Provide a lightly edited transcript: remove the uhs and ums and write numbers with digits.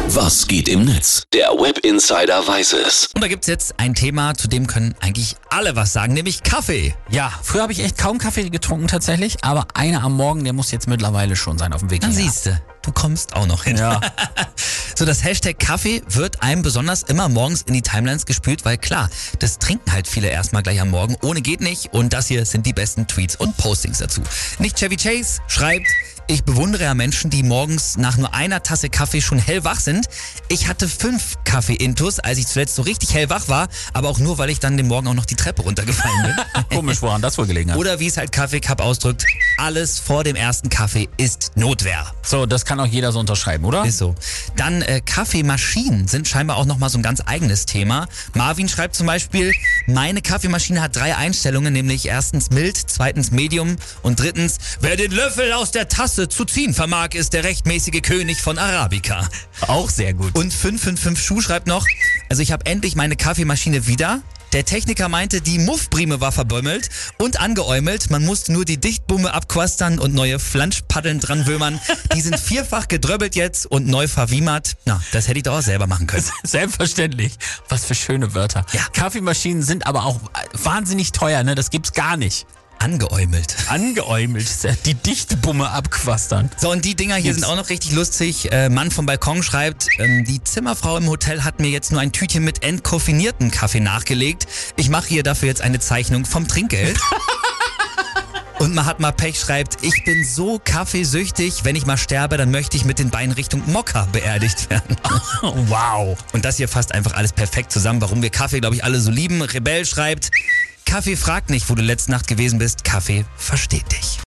Was geht im Netz? Der Web Insider weiß es. Und da gibt's jetzt ein Thema, zu dem können eigentlich alle was sagen, nämlich Kaffee. Ja, früher habe ich echt kaum Kaffee getrunken tatsächlich, aber einer am Morgen, der muss jetzt mittlerweile schon sein auf dem Weg Dann hierher. siehste, du kommst auch noch hin. Ja. So, das Hashtag Kaffee wird einem besonders immer morgens in die Timelines gespült, weil klar, das trinken halt viele erstmal gleich am Morgen. Ohne geht nicht. Und das hier sind die besten Tweets und Postings dazu. Nicht Chevy Chase schreibt: Ich bewundere ja Menschen, die morgens nach nur einer Tasse Kaffee schon hellwach sind. Ich hatte 5 Kaffee-Intus, als ich zuletzt so richtig hellwach war, aber auch nur, weil ich dann den Morgen auch noch die Treppe runtergefallen bin. Komisch, woran das wohl gelegen hat. Oder wie es halt Kaffee Cup ausdrückt: Alles vor dem ersten Kaffee ist Notwehr. So, das kann auch jeder so unterschreiben, oder? Ist so. Dann Kaffeemaschinen sind scheinbar auch nochmal so ein ganz eigenes Thema. Marvin schreibt zum Beispiel: Meine Kaffeemaschine hat 3 Einstellungen, nämlich erstens mild, zweitens medium und drittens: Wer den Löffel aus der Tasse zu ziehen vermag, ist der rechtmäßige König von Arabica. Auch sehr gut. Und 555 Schuh schreibt noch: Also ich habe endlich meine Kaffeemaschine wieder. Der Techniker meinte, die Muffbrime war verbäumelt und angeäumelt. Man musste nur die Dichtbumme abquastern und neue Flanschpaddeln dran wömern. Die sind 4-fach gedröbbelt jetzt und neu verwiemert. Na, das hätte ich doch auch selber machen können. Selbstverständlich. Was für schöne Wörter. Ja. Kaffeemaschinen sind aber auch wahnsinnig teuer, ne? Das gibt's gar nicht. Angeäumelt. Angeäumelt. Die Dichtbumme abquastern. So, und die Dinger hier sind auch noch richtig lustig. Mann vom Balkon schreibt: Die Zimmerfrau im Hotel hat mir jetzt nur ein Tütchen mit entkoffinierten Kaffee nachgelegt. Ich mache hier dafür jetzt eine Zeichnung vom Trinkgeld. Und Mahatma Pech schreibt: Ich bin so kaffeesüchtig, wenn ich mal sterbe, dann möchte ich mit den Beinen Richtung Mokka beerdigt werden. Wow. Und das hier fasst einfach alles perfekt zusammen, warum wir Kaffee, glaube ich, alle so lieben. Rebell schreibt: Kaffee fragt nicht, wo du letzte Nacht gewesen bist. Kaffee versteht dich.